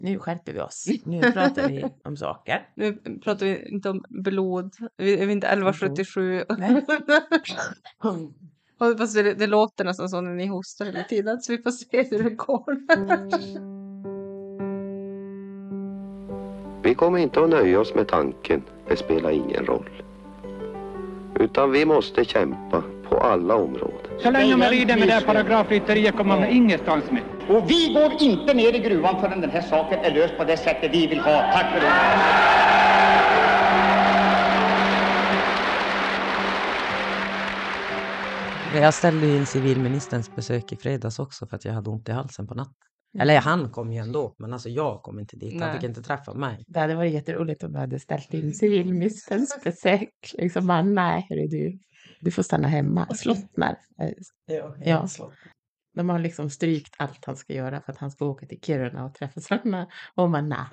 Nu skärper vi oss. Nu pratar vi om saker. Nu pratar vi inte om blod. Vi är inte 1177. Fast det låter nästan som när ni hostar hela tiden. Så vi får se hur det går. Vi kommer inte att nöja oss med tanken, det spelar ingen roll. Utan vi måste kämpa på alla områden. Så länge man rider med det här paragrafrytteriet kommer man ingenstans med. Och vi går inte ner i gruvan förrän den här saken är löst på det sättet vi vill ha. Tack för det. Jag ställde in civilministerns besök i fredags också för att jag hade ont i halsen på natten. Eller han kom ju ändå, men alltså jag kom inte dit. Han fick inte träffa mig. Det hade varit jätteroligt om du hade ställt in civilministerns besök. Liksom bara, nej, hörru du får stanna hemma. Slottnar. Ja. De har liksom strykt allt han ska göra för att han ska åka till Kiruna och träffa sådana. Och man, nej.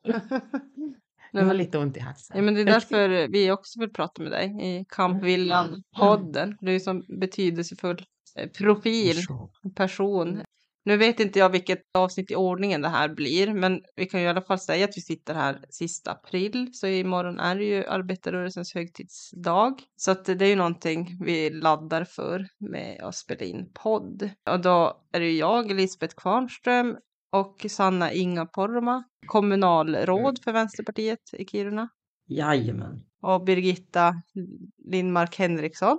Det var lite ont i halsen. Ja, men det är därför vi också vill prata med dig i Kampviljan-podden. Du är som betydelsefull profil, person. Nu vet inte jag vilket avsnitt i ordningen det här blir, men vi kan ju i alla fall säga att vi sitter här sista april, så imorgon är det ju arbetarrörelsens högtidsdag. Så att det är ju någonting vi laddar för med att spela in podd. Och då är det ju jag, Elisabeth Kvarnström, och Sanna Inga Porma, kommunalråd för Vänsterpartiet i Kiruna. Jajamän. Och Birgitta Lindmark Henriksson.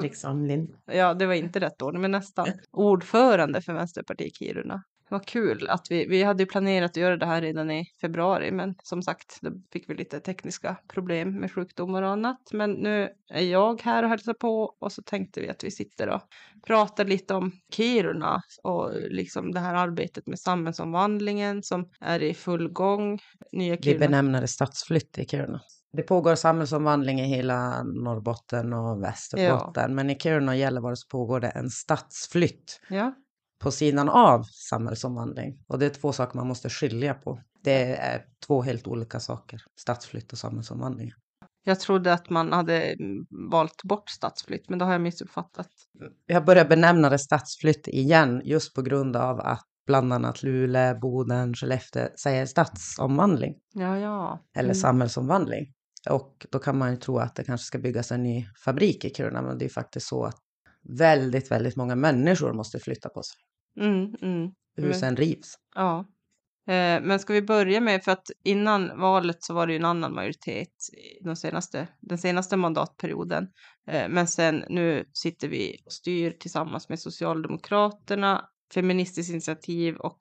Ja, det var inte rätt ord, men nästan. Ordförande för Vänsterpartiet i Kiruna. Det var kul att vi hade ju planerat att göra det här redan i februari. Men som sagt, då fick vi lite tekniska problem med sjukdomar och annat. Men nu är jag här och hälsar på. Och så tänkte vi att vi sitter och pratar lite om Kiruna. Och liksom det här arbetet med samhällsomvandlingen som är i full gång. Nya Kiruna. Vi benämner det stadsflytt i Kiruna. Det pågår samhällsomvandling i hela Norrbotten och Västerbotten. Ja. Men i Kiruna och Gällivare så pågår det en stadsflytt. Ja. På sidan av samhällsomvandling. Och det är två saker man måste skilja på. Det är två helt olika saker. Stadsflytt och samhällsomvandling. Jag trodde att man hade valt bort stadsflytt, men då har jag missuppfattat. Jag börjar benämna det stadsflytt igen just på grund av att bland annat Luleå, Boden, Skellefteå säger stadsomvandling. Ja. Eller samhällsomvandling. Och då kan man ju tro att det kanske ska byggas en ny fabrik i Kiruna. Men det är faktiskt så att väldigt, väldigt många människor måste flytta på sig. Husen rivs. Ja. Men ska vi börja med, för att innan valet så var det ju en annan majoritet den senaste mandatperioden. Men sen nu sitter vi och styr tillsammans med Socialdemokraterna, Feministiskt initiativ och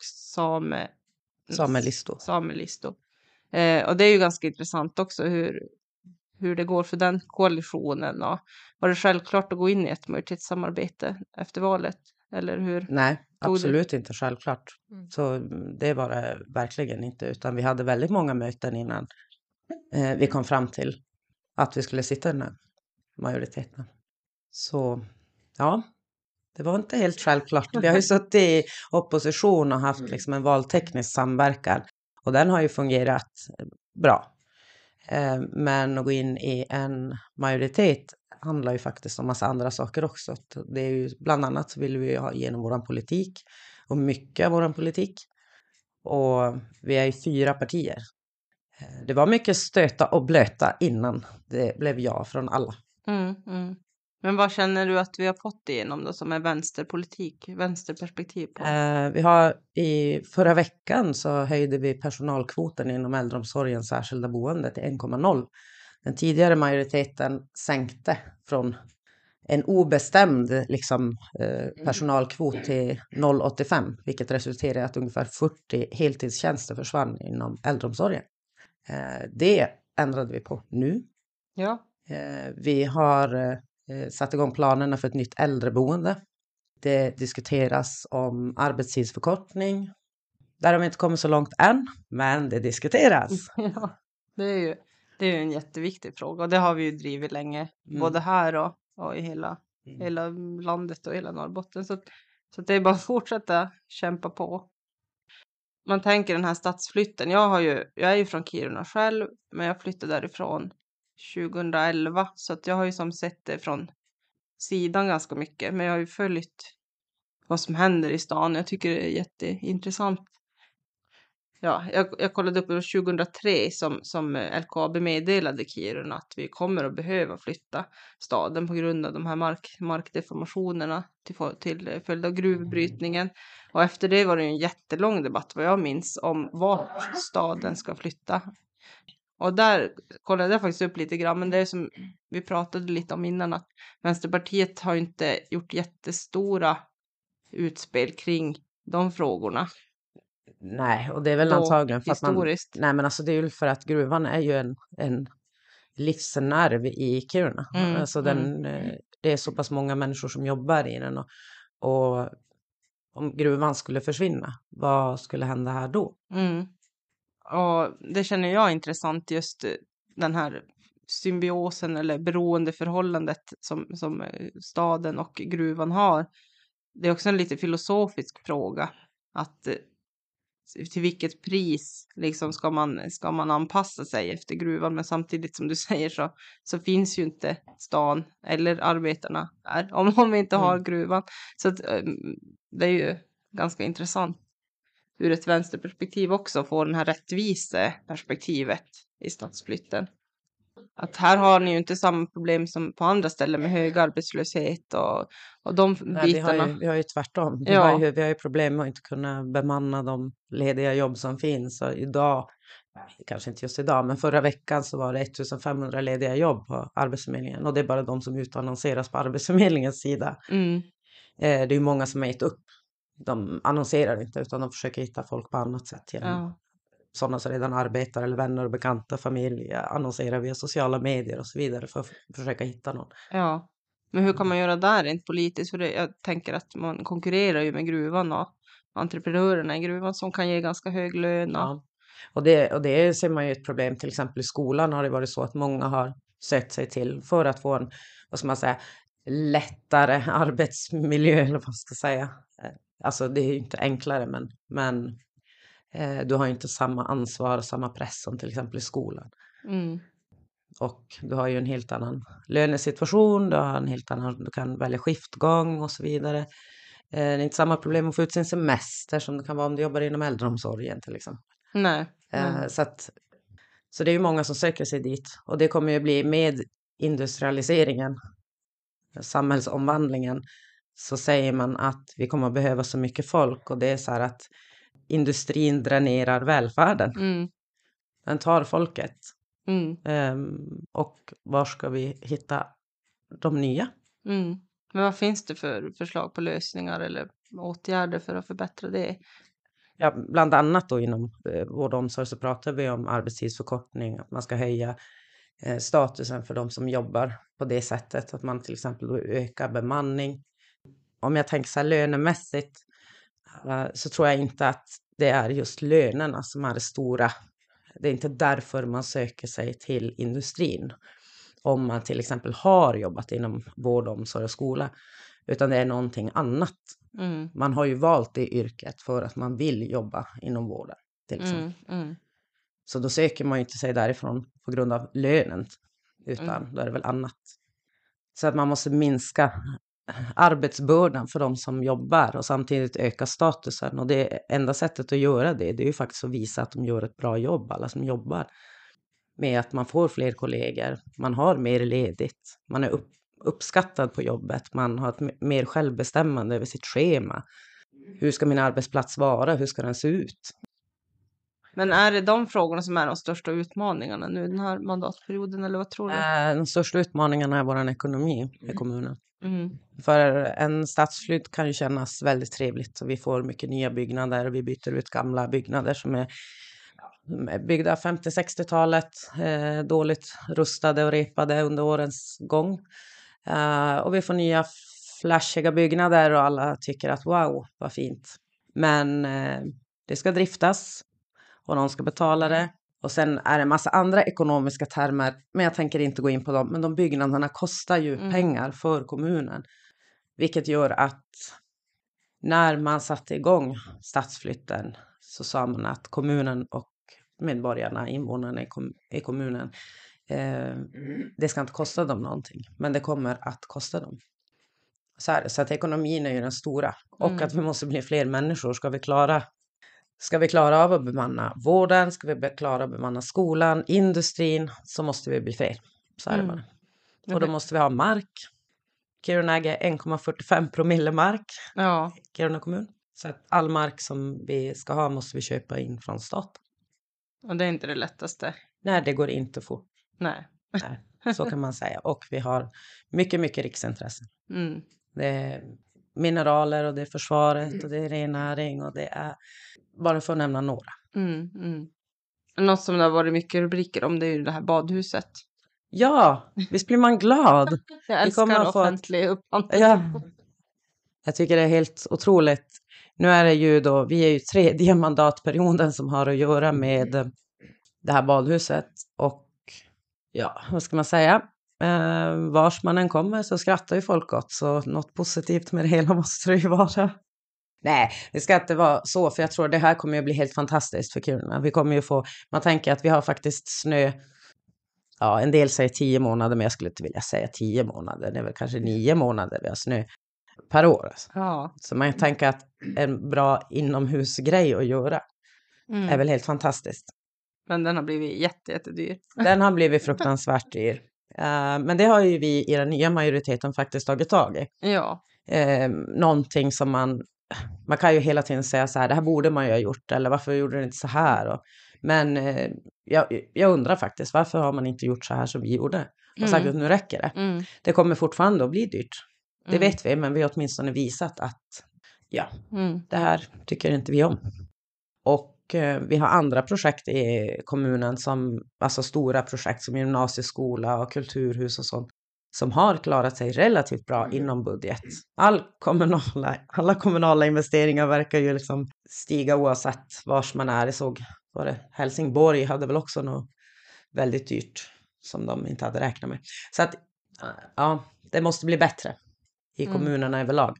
Samelisto. Och det är ju ganska intressant också hur det går för den koalitionen. Och var det självklart att gå in i ett majoritetssamarbete efter valet? Eller hur? Nej, absolut inte självklart. Så det var det verkligen inte. Utan vi hade väldigt många möten innan vi kom fram till att vi skulle sitta i den här majoriteten. Så ja, det var inte helt självklart. Vi har ju suttit i opposition och haft liksom en valteknisk samverkan. Och den har ju fungerat bra. Men att gå in i en majoritet handlar ju faktiskt om massa andra saker också. Det är ju, bland annat så vill vi ha igenom våran politik. Och mycket av våran politik. Och vi är ju 4 partier. Det var mycket stöta och blöta innan det blev ja från alla. Men vad känner du att vi har fått igenom då som är vänsterperspektiv på? Vi har i förra veckan så höjde vi personalkvoten inom äldreomsorgens särskilda boende till 1,0. Den tidigare majoriteten sänkte från en obestämd personalkvot till 0,85. Vilket resulterade i att ungefär 40 heltidstjänster försvann inom äldreomsorgen. Det ändrade vi på nu. Ja. Vi har satt igång planerna för ett nytt äldreboende. Det diskuteras om arbetstidsförkortning. Där har vi inte kommit så långt än, men det diskuteras. Ja, det är ju en jätteviktig fråga. Och det har vi ju drivit länge, både här och i hela landet och hela Norrbotten. Så det är bara att fortsätta kämpa på. Man tänker den här stadsflytten. Jag är ju från Kiruna själv, men jag flyttade därifrån 2011. Så att jag har ju som sett det från sidan ganska mycket. Men jag har ju följt vad som händer i stan. Jag tycker det är jätteintressant. jag kollade upp det 2003 som LKAB meddelade Kiruna att vi kommer att behöva flytta staden på grund av de här markdeformationerna till följd av gruvbrytningen. Och efter det var det en jättelång debatt vad jag minns om vart staden ska flytta. Och där kollade jag faktiskt upp lite grann, men det är som vi pratade lite om innan, att Vänsterpartiet har inte gjort jättestora utspel kring de frågorna. Nej, och det är väl antagligen för historiskt. Nej, men alltså det är ju för att gruvan är ju en livsnerv i Kiruna. Alltså det är så pass många människor som jobbar i den. Och om gruvan skulle försvinna, vad skulle hända här då? Och det känner jag är intressant, just den här symbiosen eller beroendeförhållandet som staden och gruvan har. Det är också en lite filosofisk fråga, att till vilket pris liksom ska man anpassa sig efter gruvan, men samtidigt som du säger så finns ju inte stan eller arbetarna här om vi inte har gruvan. Så att, det är ju ganska intressant ur ett vänsterperspektiv också, få den här rättviseperspektivet i stadsflytten. Att här har ni ju inte samma problem som på andra ställen med hög arbetslöshet och de bitarna. Vi har ju tvärtom. Vi har ju problem med att inte kunna bemanna de lediga jobb som finns. Och idag, kanske inte just idag, men förra veckan så var det 1500 lediga jobb på Arbetsförmedlingen. Och det är bara de som utannonseras på Arbetsförmedlingens sida. Det är ju många som har gett upp. De annonserar inte, utan de försöker hitta folk på annat sätt. Sådana som redan arbetar eller vänner och bekanta, familj, annonserar via sociala medier och så vidare för att försöka hitta någon. Ja, men hur kan man göra där rent politiskt? För jag tänker att man konkurrerar ju med gruvan och entreprenörerna i gruvan som kan ge ganska hög lön. Ja. Och det ser man ju ett problem, till exempel i skolan har det varit så att många har sökt sig till för att få en, vad ska man säga, lättare arbetsmiljö, eller vad ska jag säga. Alltså det är ju inte enklare, men du har inte samma ansvar, samma press som till exempel i skolan. Och du har ju en helt annan lönesituation, du kan välja skiftgång och så vidare. Det är inte samma problem att få ut sin semester som det kan vara om du jobbar inom äldreomsorgen till exempel. Nej. Så det är ju många som söker sig dit, och det kommer ju bli med industrialiseringen, samhällsomvandlingen, så säger man att vi kommer att behöva så mycket folk, och det är så här att industrin dränerar välfärden. Den tar folket. Och var ska vi hitta de nya? Men vad finns det för förslag på lösningar eller åtgärder för att förbättra det? Ja, bland annat då inom vård och omsorg så pratar vi om arbetstidsförkortning, att man ska höja statusen för de som jobbar på det sättet, att man till exempel då ökar bemanning. Om jag tänker så här lönemässigt så tror jag inte att det är just lönerna som är det stora. Det är inte därför man söker sig till industrin om man till exempel har jobbat inom vård, omsorg och skola, utan det är någonting annat. Man har ju valt det yrket för att man vill jobba inom vården till exempel. Så då söker man ju inte sig därifrån på grund av lönen, utan då är det väl annat. Så att man måste minska arbetsbördan för de som jobbar och samtidigt öka statusen. Och det enda sättet att göra det är ju faktiskt att visa att de gör ett bra jobb, alla som jobbar. Med att man får fler kollegor, man har mer ledigt, man är uppskattad på jobbet, man har ett mer självbestämmande över sitt schema. Hur ska min arbetsplats vara? Hur ska den se ut? Men är det de frågorna som är de största utmaningarna nu den här mandatperioden, eller vad tror du? De största utmaningarna är vår ekonomi i kommunen. För en stadsflytt kan ju kännas väldigt trevligt, så vi får mycket nya byggnader och vi byter ut gamla byggnader som är byggda 50-60-talet, dåligt rustade och repade under årens gång. Och vi får nya flashiga byggnader och alla tycker att wow, vad fint. Men det ska driftas och någon ska betala det. Och sen är det en massa andra ekonomiska termer, men jag tänker inte gå in på dem. Men de byggnaderna kostar ju pengar för kommunen. Vilket gör att när man satte igång stadsflytten så sa man att kommunen och medborgarna, invånarna i kommunen, det ska inte kosta dem någonting. Men det kommer att kosta dem. Så att ekonomin är ju den stora. Och att vi måste bli fler människor ska vi klara ska vi klara av att bemanna vården, ska vi klara av att bemanna skolan, industrin, så måste vi bli fler. Så är det bara. Och då måste vi ha mark. Kiruna äger 1,45 promille mark. Ja. Kiruna kommun. Så att all mark som vi ska ha måste vi köpa in från staten. Och det är inte det lättaste. Nej, det går inte fort. Nej. Nej, så kan man säga. Och vi har mycket, mycket riksintressen. Det är mineraler och det är försvaret och det är rennäring och det är, bara för att nämna några. Något som det har varit mycket rubriker om, det är ju det här badhuset. Ja, visst blir man glad. Jag älskar offentlig upphandling. Ja. Jag tycker det är helt otroligt. Nu är det ju då, vi är ju 3:e mandatperioden som har att göra med det här badhuset. Och ja, vad ska man säga? Vars man än kommer så skrattar ju folk gott. Så något positivt med det hela måste det ju vara. Nej, det ska inte vara så, för jag tror det här kommer ju bli helt fantastiskt för Kiruna. Vi kommer ju få, man tänker att vi har faktiskt snö, ja, en del säger 10 månader, men jag skulle inte vilja säga 10 månader. Det är väl kanske 9 månader vi har snö per år. Alltså. Ja. Så man tänker att en bra inomhusgrej att göra är väl helt fantastiskt. Men den har blivit jättedyr. Den har blivit fruktansvärt dyr. Men det har ju vi i den nya majoriteten faktiskt tagit tag i. Ja. Någonting som man kan ju hela tiden säga så här, det här borde man ju ha gjort, eller varför gjorde det inte så här? Men jag undrar faktiskt, varför har man inte gjort så här som vi gjorde? Och sagt att nu räcker det. Det kommer fortfarande att bli dyrt. Det vet vi, men vi har åtminstone visat att det här tycker inte vi om. Och vi har andra projekt i kommunen, alltså stora projekt som gymnasieskola och kulturhus och sånt, som har klarat sig relativt bra inom budget. Alla kommunala investeringar verkar ju liksom stiga oavsett vars man är. Jag såg, var det Helsingborg hade väl också något väldigt dyrt som de inte hade räknat med. Så att ja, det måste bli bättre i kommunerna överlag.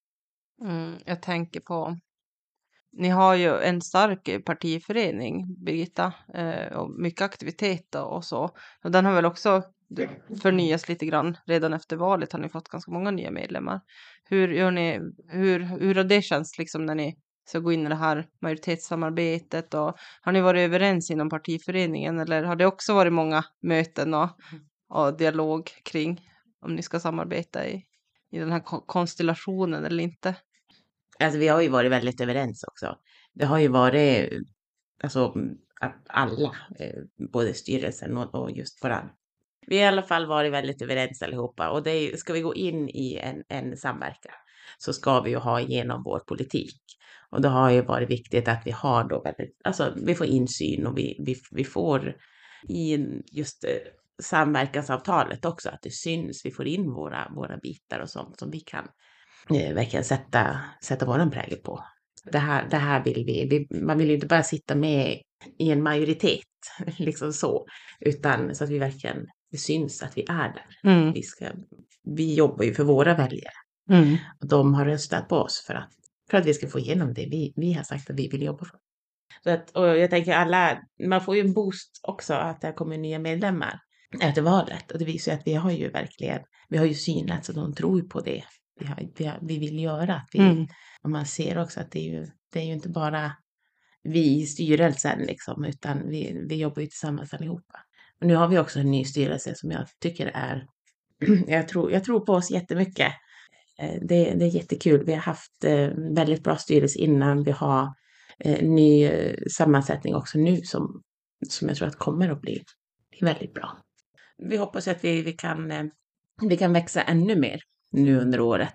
Jag tänker på, ni har ju en stark partiförening, Birgitta, och mycket aktivitet och så. Och den har väl också förnyas lite grann. Redan efter valet har ni fått ganska många nya medlemmar. Hur gör ni, hur har det känts liksom när ni ska gå in i det här majoritetssamarbetet? Och har ni varit överens inom partiföreningen, eller har det också varit många möten och dialog kring om ni ska samarbeta i den här konstellationen eller inte? Alltså vi har ju varit väldigt överens också. Det har ju varit alltså att alla, både styrelsen och just våran. Vi har i alla fall varit väldigt överens allihopa, och det är, ska vi gå in i en samverkan så ska vi ju ha igenom vår politik. Och det har ju varit viktigt att vi har då vi får insyn, och vi får i just samverkansavtalet också att det syns, vi får in våra bitar och sånt som vi kan verkligen sätta våran prägel på. Det här vill vi. Man vill ju inte bara sitta med i en majoritet liksom så, utan så att vi verkligen, det syns att vi är där. Vi jobbar ju för våra väljare. Och de har röstat på oss för att vi ska få igenom det vi har sagt att vi vill jobba för. Så att, och jag tänker man får ju en boost också att det kommer nya medlemmar efter valet. Och det visar ju att vi har ju synat, så de tror på det. Vi vill göra att och man ser också att det är ju inte bara vi i styrelsen liksom, utan vi jobbar ju tillsammans allihopa. Och nu har vi också en ny styrelse som jag tycker är jag tror på oss jättemycket. Det är jättekul. Vi har haft väldigt bra styrelse innan. Vi har en ny sammansättning också nu som jag tror att kommer att bli väldigt bra. Vi hoppas att vi kan växa ännu mer nu under året.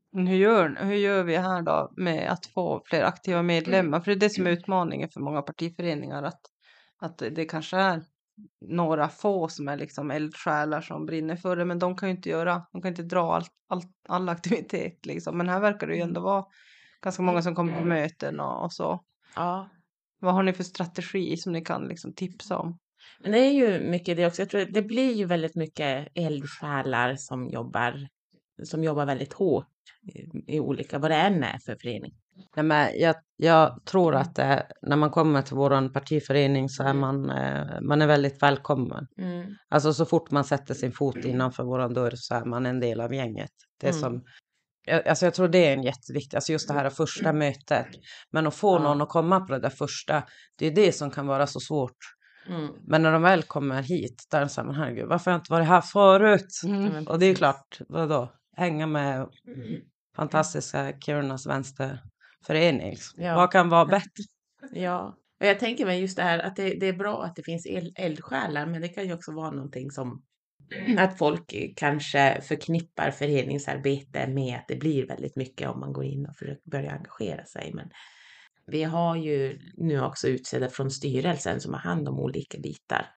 Hur gör vi här då med att få fler aktiva medlemmar? För det är det som är utmaningen för många partiföreningar, att det kanske är några få som är liksom eldsjälar som brinner för det, men de kan inte dra all aktivitet liksom. Men här verkar det ju ändå vara ganska många som kommer på möten och så. Ja. Vad har ni för strategi som ni kan liksom tipsa om? Men det är ju mycket det också. Jag tror det blir ju väldigt mycket eldsjälar som jobbar väldigt hårt i olika, vad det än är för förening. Nej, men jag tror att när man kommer till vår partiförening så är man är väldigt välkommen. Alltså så fort man sätter sin fot innanför våran dörr så är man en del av gänget. Det är som Alltså jag tror det är en jätteviktig, alltså just det här första mötet. Men att få någon att komma på det där första, det är det som kan vara så svårt. Men när de väl kommer hit, där är det så här, men herregud, varför har jag inte varit här förut? Och det är ju klart, vadå? Hänga med fantastiska Kirunas vänsterförening. Vad kan vara bättre? Ja, och jag tänker mig just det här att det är bra att det finns eldsjälar, men det kan ju också vara någonting som att folk kanske förknippar föreningsarbete med att det blir väldigt mycket om man går in och börjar engagera sig. Men vi har ju nu också utsedda från styrelsen som har hand om olika bitar.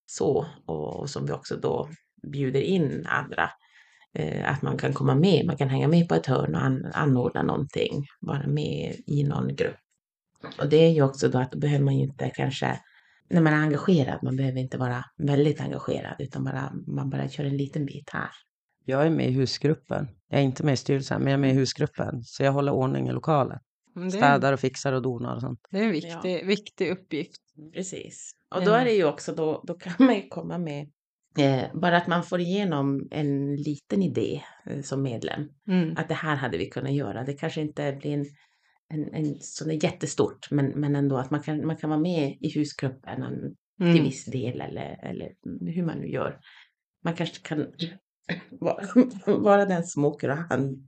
Och som vi också då bjuder in andra. Att man kan komma med, man kan hänga med på ett hörn och anordna någonting. Vara med i någon grupp. Och det är ju också då att då behöver man ju inte kanske, när man är engagerad, man behöver inte vara väldigt engagerad utan man bara kör en liten bit här. Jag är med i husgruppen. Jag är inte med i styrelsen, men jag är med i husgruppen. Så jag håller ordning i lokalen. Städar och fixar och donar och sånt. Det är en viktig uppgift. Precis. Och då är det ju också, då kan man ju komma med, bara att man får igenom en liten idé som medlem. Att det här hade vi kunnat göra. Det kanske inte blir en sån är jättestort, men ändå att man kan vara med i husgruppen till viss del eller hur man nu gör. Man kanske kan vara den som åker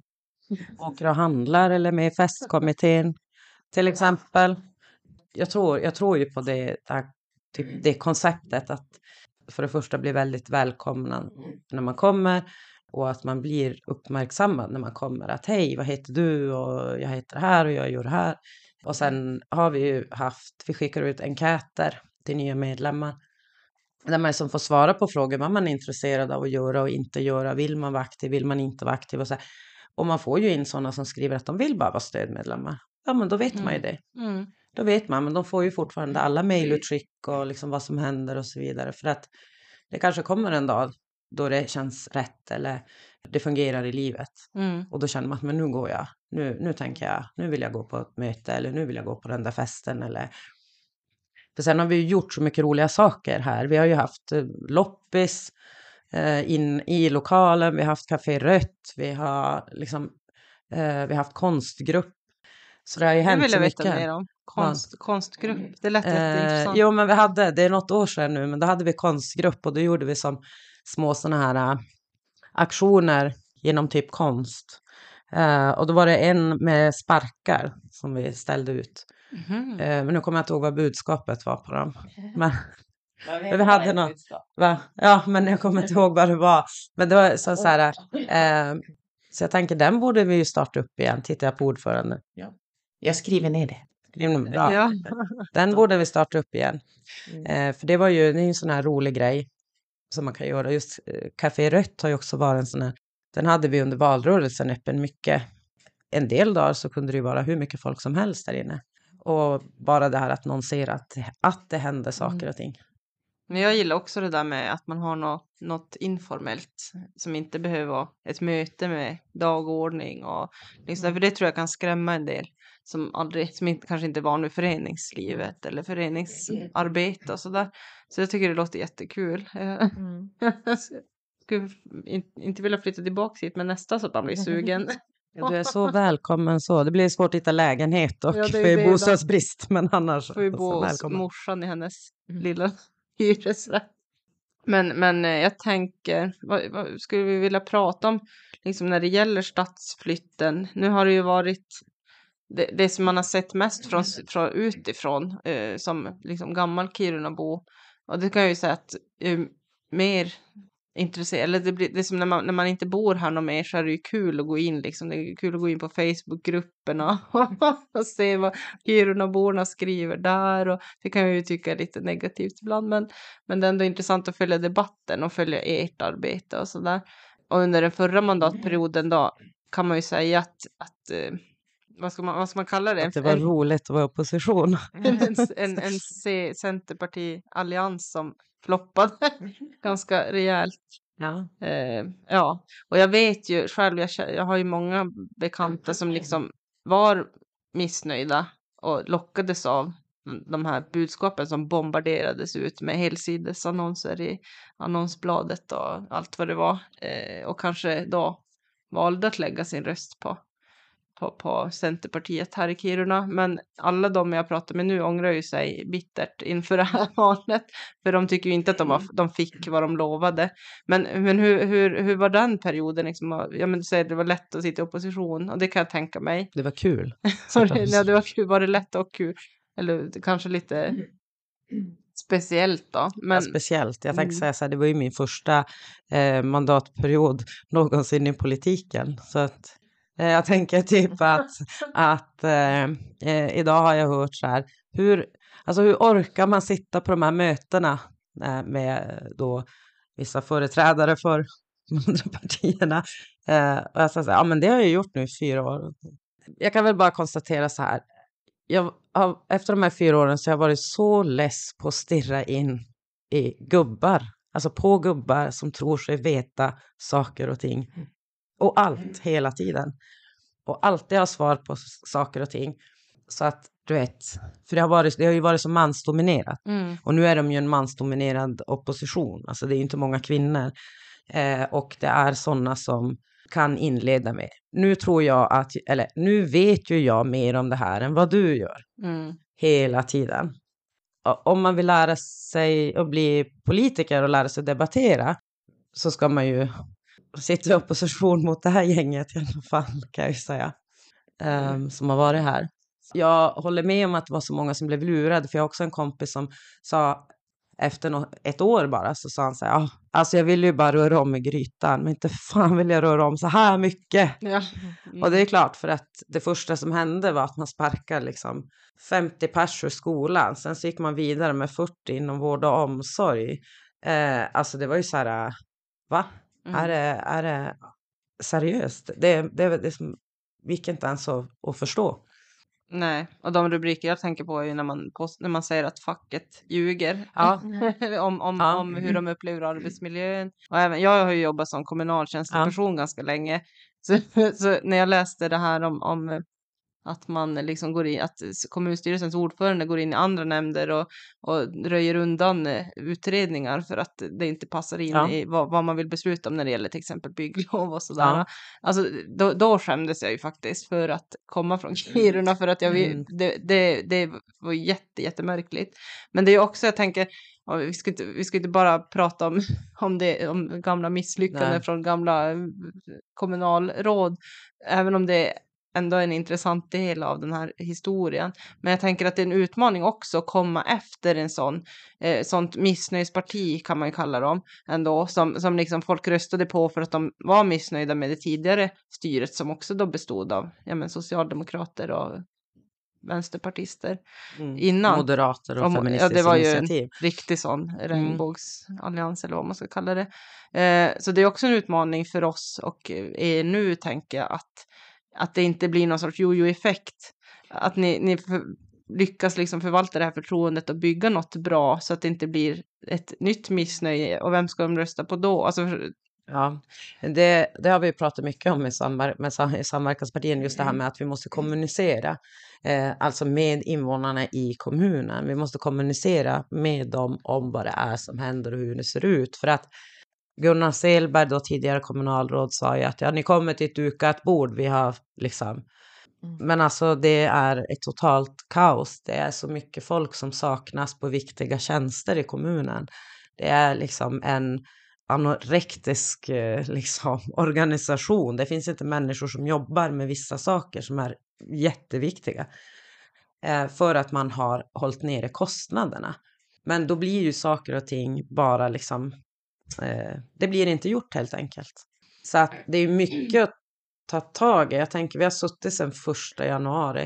och handlar eller med i festkommittén till exempel. Jag tror ju på det konceptet att för det första bli väldigt välkomna när man kommer. Och att man blir uppmärksammad när man kommer. Att hej, vad heter du? Och jag heter det här och jag gör det här. Och sen har vi ju vi skickar ut enkäter till nya medlemmar. Där man som får svara på frågor vad man är intresserad av att göra och inte göra. Vill man vara aktiv, vill man inte vara aktiv? Och man får ju in sådana som skriver att de vill bara vara stödmedlemmar. Ja, men då vet man ju det. Då vet man, men de får ju fortfarande alla mejlutskick och liksom vad som händer och så vidare. För att det kanske kommer en dag då det känns rätt eller det fungerar i livet. Och då känner man att men nu går jag. Nu tänker jag, nu vill jag gå på ett möte eller nu vill jag gå på den där festen. För sen har vi ju gjort så mycket roliga saker här. Vi har ju haft loppis in i lokalen. Vi har haft Café Rött. Vi har haft konstgrupp. Så det har ju hänt så mycket. Det vill jag veta mer om. Konstgrupp, det lät jätteintressant. Jo, men det är något år sedan nu, men då hade vi konstgrupp och då gjorde vi som små sådana här aktioner genom typ konst. Och då var det en med sparkar som vi ställde ut. Men nu kommer jag inte ihåg vad budskapet var på dem. Men vi hade något. Ja, men jag kommer inte ihåg vad det var. Men det var så här. Så jag tänker den borde vi ju starta upp igen. Tittar jag på ordförande. Ja. Jag skriver ner det. Bra. Ja. Den borde vi starta upp igen. För det är en sån här rolig grej som man kan göra. Just Café Rött har ju också varit en sån här. Den hade vi under valrörelsen öppen mycket. En del dagar så kunde det ju vara hur mycket folk som helst där inne. Och bara det här att någon ser att det händer saker och ting. Men jag gillar också det där med att man har något informellt som inte behöver vara ett möte med dagordning och liksom, för det tror jag kan skrämma en del som kanske inte är van vid föreningslivet eller föreningsarbete och sådär. Så jag tycker det låter jättekul. Skulle inte vilja flytta tillbaka hit, men nästa så att man blir sugen. Ja, du är så välkommen så. Det blir svårt att hitta lägenhet och för bostadsbrist, men annars får vi bo hos morsan i hennes lilla hyresrätt. Men jag tänker, vad skulle vi vilja prata om liksom när det gäller stadsflytten? Nu har det ju varit det som man har sett mest från utifrån som liksom gammal Kirunabo. Och det kan jag ju säga att mer intresserad, eller det är som när man inte bor här någon mer så är det ju kul att gå in liksom. Det är kul att gå in på Facebookgrupperna och se vad Kirunaborna skriver där, och det kan jag ju tycka är lite negativt ibland, men det är ändå intressant att följa debatten och följa ert arbete och sådär. Och under den förra mandatperioden då kan man ju säga att vad ska man kalla det? Att det var roligt att vara opposition. En Centerparti-allians som floppade ganska rejält. Ja. Och jag vet ju själv, jag har ju många bekanta som liksom var missnöjda och lockades av de här budskapen som bombarderades ut med helsidesannonser i annonsbladet och allt vad det var. Och kanske då valde att lägga sin röst på Centerpartiet här i Kiruna. Men alla de jag pratar med nu ångrar ju sig bittert inför det här valet. För de tycker ju inte att de fick vad de lovade. Men hur var den perioden? Liksom, ja, men du säger att det var lätt att sitta i opposition. Och det kan jag tänka mig. Det var kul. Ja, det var kul. Var det lätt och kul? Eller kanske lite speciellt då? Men... Ja, speciellt. Jag tänkte säga så här, det var ju min första mandatperiod någonsin i politiken. Så att jag tänker typ att idag har jag hört så här, hur orkar man sitta på de här mötena med då vissa företrädare för de andra partierna. Och jag sa så här, ja men det har jag gjort nu i 4 år. Jag kan väl bara konstatera så här, efter de här 4 åren så har jag varit så less på att stirra in i gubbar. Alltså på gubbar som tror sig veta saker och ting. Och allt hela tiden. Och alltid har svar på saker och ting. Så att du vet, för det har ju varit så mansdominerat. Och nu är de ju en mansdominerad opposition. Alltså det är ju inte många kvinnor. Och det är sådana som kan inleda med. Nu vet ju jag mer om det här än vad du gör. Hela tiden. Om man vill lära sig att bli politiker och lära sig debattera, så ska man ju sitta i opposition mot det här gänget i alla fall, kan jag ju säga. Som har varit här. Jag håller med om att det var så många som blev lurade. För jag har också en kompis som sa, efter ett år bara, så sa han så här, alltså jag vill ju bara röra om i grytan, men inte fan vill jag röra om så här mycket. Ja. Och det är klart, för att det första som hände var att man sparkade liksom 50 pers ur skolan. Sen så gick man vidare med 40 inom vård och omsorg. Alltså det var ju så här, va? Är det seriöst? Det som gick inte ens att förstå. Nej, och de rubriker jag tänker på är ju när man säger att facket ljuger om hur de upplever arbetsmiljön. Och även, jag har ju jobbat som kommunaltjänsteperson ganska länge. Så när jag läste det här om att man liksom går in, att kommunstyrelsens ordförande går in i andra nämnder och röjer undan utredningar för att det inte passar in i vad man vill besluta om när det gäller till exempel bygglov och sådär. Ja. Alltså då skämdes jag ju faktiskt för att komma från Kiruna, för att det var jättemärkligt. Men det är också, jag tänker, vi ska inte bara prata om gamla misslyckanden från gamla kommunalråd, även om det ändå en intressant del av den här historien. Men jag tänker att det är en utmaning också att komma efter en sånt missnöjesparti, kan man ju kalla dem ändå, som liksom folk röstade på för att de var missnöjda med det tidigare styret, som också då bestod av socialdemokrater och vänsterpartister innan. Moderater och feministiskt det var ju initiativ. En riktig sån regnbågsallians eller vad man ska kalla det. Så det är också en utmaning för oss, och nu tänker jag att det inte blir någon sorts jojo-effekt. Att ni lyckas liksom förvalta det här förtroendet och bygga något bra, så att det inte blir ett nytt missnöje. Och vem ska de rösta på då? Alltså, ja, det har vi pratat mycket om i samverkanspartien, just det här med att vi måste kommunicera. Alltså med invånarna i kommunen. Vi måste kommunicera med dem om vad det är som händer och hur det ser ut. För att Gunnar Selberg, då tidigare kommunalråd, sa ju att ni kommer till ett dukat bord. Vi har liksom... Men alltså det är ett totalt kaos. Det är så mycket folk som saknas på viktiga tjänster i kommunen. Det är liksom en anorektisk organisation. Det finns inte människor som jobbar med vissa saker som är jätteviktiga. För att man har hållit nere kostnaderna. Men då blir ju saker och ting bara liksom... det blir inte gjort helt enkelt. Så att det är mycket att ta tag i. Jag tänker, vi har suttit sedan 1 januari.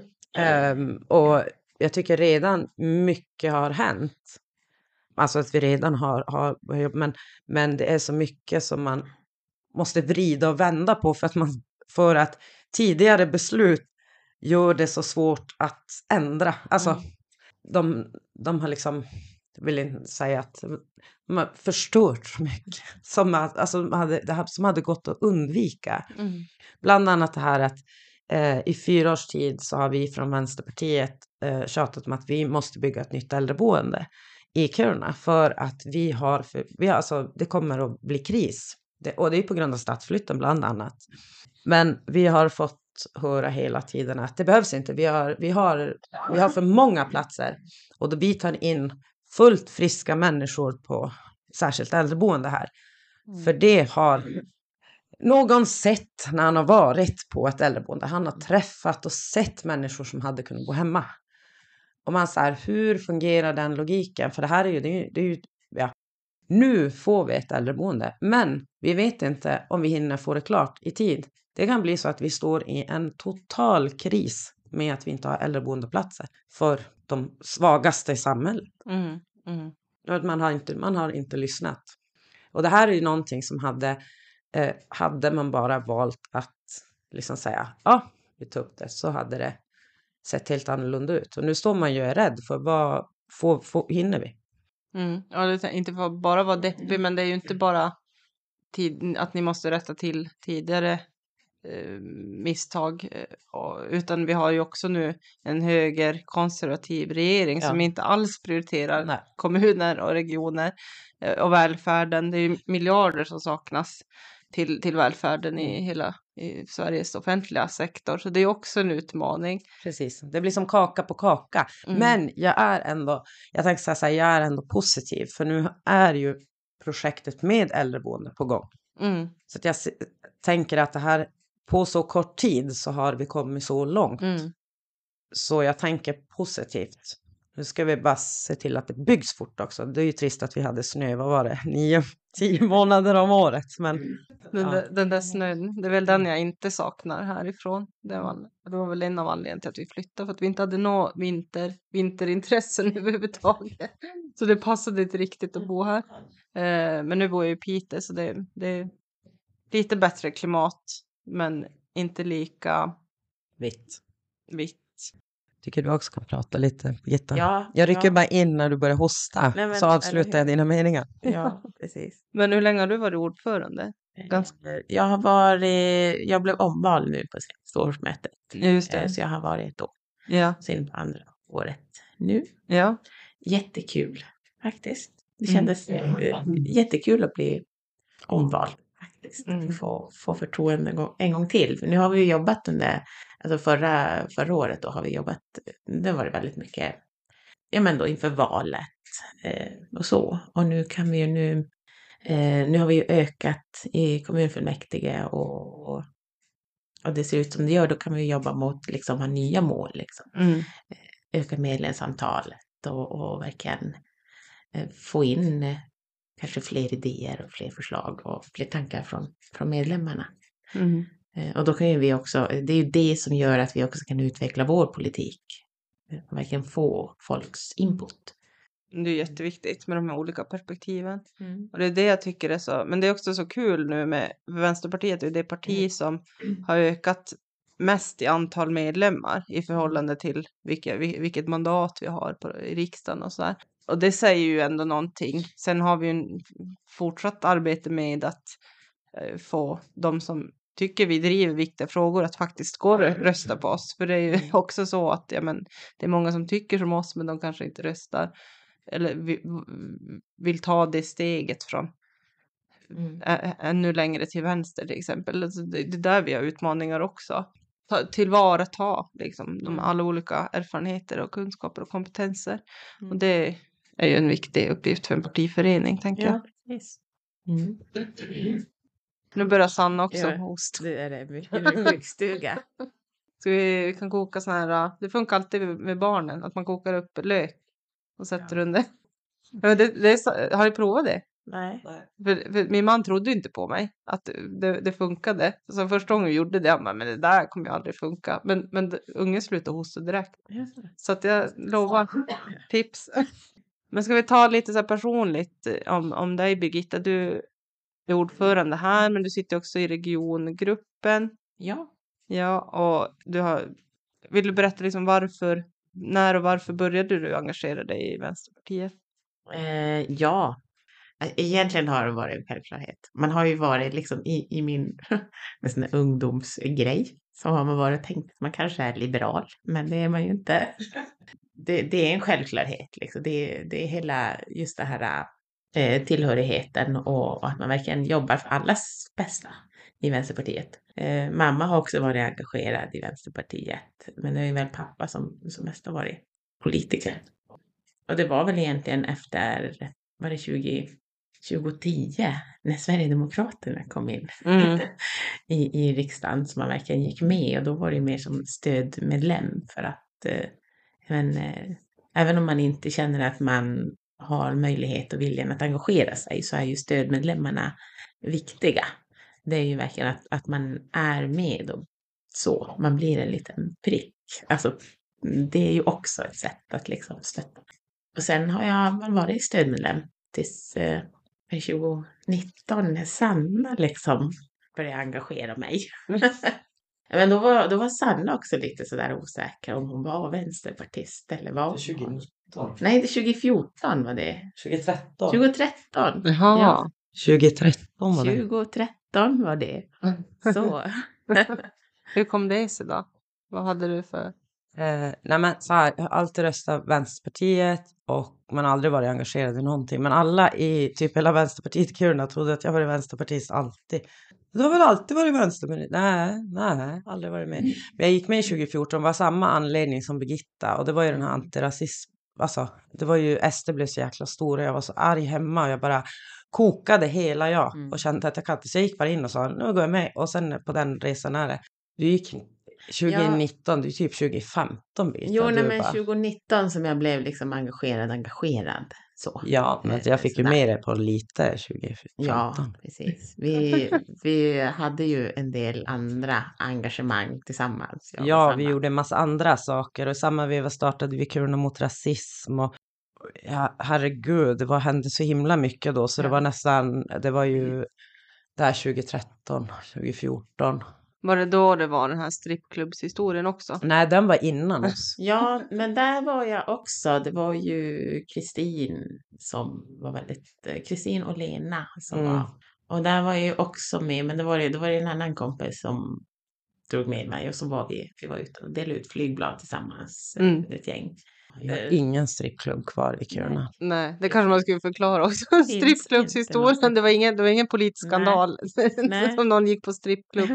Och jag tycker redan mycket har hänt. Alltså att vi redan har men det är så mycket som man måste vrida och vända på, för att tidigare beslut gör det så svårt att ändra. Alltså de har liksom, jag vill inte säga att de har förstört så mycket som hade gått att undvika. Bland annat det här att i 4 års tid så har vi från Vänsterpartiet tjatat om att vi måste bygga ett nytt äldreboende i Kiruna, för att det kommer att bli kris Och det är på grund av stadsflytten bland annat. Men vi har fått höra hela tiden att det behövs inte. Vi har för många platser. Och då vi tar in fullt friska människor på särskilt äldreboende här. För det har någon sett när han har varit på ett äldreboende. Han har träffat och sett människor som hade kunnat bo hemma. Och man säger, hur fungerar den logiken? För det här är ju nu får vi ett äldreboende. Men vi vet inte om vi hinner få det klart i tid. Det kan bli så att vi står i en total kris med att vi inte har äldreboendeplatser för de svagaste i samhället. Man har inte lyssnat. Och det här är ju någonting som hade man bara valt att liksom säga, ja, vi tog upp det, så hade det sett helt annorlunda ut. Och nu står man ju rädd för vad hinner vi? Ja, det är inte för bara vara deppig, men det är ju inte bara att ni måste rätta till tidigare misstag, utan vi har ju också nu en högerkonservativ regering som inte alls prioriterar kommuner och regioner och välfärden. Det är ju miljarder som saknas till välfärden i Sveriges offentliga sektor. Så det är också en utmaning. Precis, det blir som kaka på kaka. Men jag är ändå positiv. För nu är ju projektet med äldreboende på gång. Så att jag tänker att det här på så kort tid så har vi kommit så långt. Så jag tänker positivt. Nu ska vi bara se till att det byggs fort också. Det är ju trist att vi hade snö, vad var det? 9-10 månader om året. Men den där snön, det är väl den jag inte saknar härifrån. Det var väl en av anledningarna till att vi flyttade. För att vi inte hade något vinterintressen överhuvudtaget. Så det passade inte riktigt att bo här. Men nu bor jag i Piteå, så det är lite bättre klimat. Men inte lika vitt. Tycker du också kan prata lite, Birgitta? Ja, jag rycker bara in när du börjar hosta. Så avslutar jag dina meningar. Ja, precis. Men hur länge har du varit ordförande? Jag blev omvald nu på senaste årsmötet. Just det. Så jag har varit ett år. Sen på andra året nu. Ja. Jättekul faktiskt. Det kändes jättekul att bli omvald faktiskt. Få förtroende en gång till. För nu har vi jobbat under, alltså förra året då har vi jobbat, det var det väldigt mycket, då inför valet och så. Och nu kan vi ju nu har vi ju ökat i kommunfullmäktige och det ser ut som det gör, då kan vi jobba mot liksom ha nya mål liksom. Öka medlemsantalet och verkligen få in kanske fler idéer och fler förslag och fler tankar från medlemmarna. Och då kan ju vi också, det är ju det som gör att vi också kan utveckla vår politik och verkligen få folks input. Det är jätteviktigt med de här olika perspektiven. Och det är det jag tycker är så, men det är också så kul nu med Vänsterpartiet, det är det parti som har ökat mest i antal medlemmar i förhållande till vilket mandat vi har i riksdagen och så där. Och det säger ju ändå någonting. Sen har vi en fortsatt arbete med att få de som tycker vi driver viktiga frågor att faktiskt gå och rösta på oss. För det är ju också så att det är många som tycker som oss, men de kanske inte röstar. Eller vill ta det steget från ännu längre till vänster till exempel. Alltså det är där vi har utmaningar också. Tillvarata liksom, de alla olika erfarenheter och kunskaper och kompetenser. Och det är ju en viktig uppgift för en partiförening, tänker jag. Yes. Nu börjar Sanna också host. Det är det, mycket sjukstuga. Så vi kan koka sån här, det funkar alltid med barnen, att man kokar upp lök och sätter under. Har ni provat det? Nej. För min man trodde inte på mig att det funkade. Så första gången vi gjorde det, men det där kommer ju aldrig funka. Men ungen slutade hosta direkt. Så att jag lovar tips. Men ska vi ta lite så här personligt om dig, Birgitta? Du är ordförande här, men du sitter också i regiongruppen. Ja. Ja, och vill du berätta liksom när och varför började du engagera dig i Vänsterpartiet? Ja, egentligen har det varit en självklarhet. Man har ju varit liksom i min sån ungdomsgrej, så har man varit tänkt att man kanske är liberal, men det är man ju inte. Det är en självklarhet liksom. Det är hela just det här tillhörigheten och att man verkligen jobbar för allas bästa i Vänsterpartiet. Mamma har också varit engagerad i Vänsterpartiet, men det är väl pappa som mest har varit politiker. Och det var väl egentligen efter, var det 2010 när Sverigedemokraterna kom in i riksdagen som man verkligen gick med, och då var det mer som stödmedlem för att även om man inte känner att man har möjlighet och viljan att engagera sig, så är ju stödmedlemmarna viktiga. Det är ju verkligen att man är med och så, man blir en liten prick. Alltså det är ju också ett sätt att liksom stötta. Och sen har jag varit stödmedlem tills 2019 när Sanna liksom började engagera mig. Men då var Sanna också lite sådär osäker om hon var vänsterpartist eller vad. 2019? Nej, det 2014 var det. 2013? 2013. Jaha. Ja. 2013 var det. 2013 var det. Så. Hur kom det sig då? Vad hade du för... Nej men så här, jag har alltid röstat Vänsterpartiet och man har aldrig varit engagerad i någonting. Men alla i typ hela Vänsterpartiet i Kiruna trodde att jag var vänsterpartist alltid. Du har väl alltid varit vänsterpartist? Nej, aldrig varit med. Men jag gick med i 2014, var samma anledning som Birgitta. Och det var ju den här antirasism. Alltså, det var ju, SD blev så jäkla stor och jag var så arg hemma och jag bara kokade hela jag. Och kände att jag kan inte. Så jag gick bara in och sa, nu går jag med. Och sen på den resan är det. Du gick 2019, det är typ 2015. Jo, nej, men 2019 som jag blev liksom engagerad. Så. Ja, men jag fick ju med det på lite 2015. Ja, precis. Vi hade ju en del andra engagemang tillsammans. Ja, vi gjorde en massa andra saker och i samma veva startade vi Kiruna mot rasism och ja, herregud, det hände så himla mycket då så det var nästan, det var ju där 2013, 2014. Var det då det var den här strippklubbshistorien också? Nej, den var innan oss. Ja, men där var jag också. Det var ju Kristin som var Kristin och Lena som var. Och där var jag ju också med, men det var en annan kompis som drog med mig och så var vi var ute och delade ut flygblad tillsammans, ett gäng. Vi har ingen strippklubb kvar i Kiruna. Nej, det kanske man skulle förklara också. Strippklubbshistorien, det var ingen politisk skandal som någon gick på strippklubb.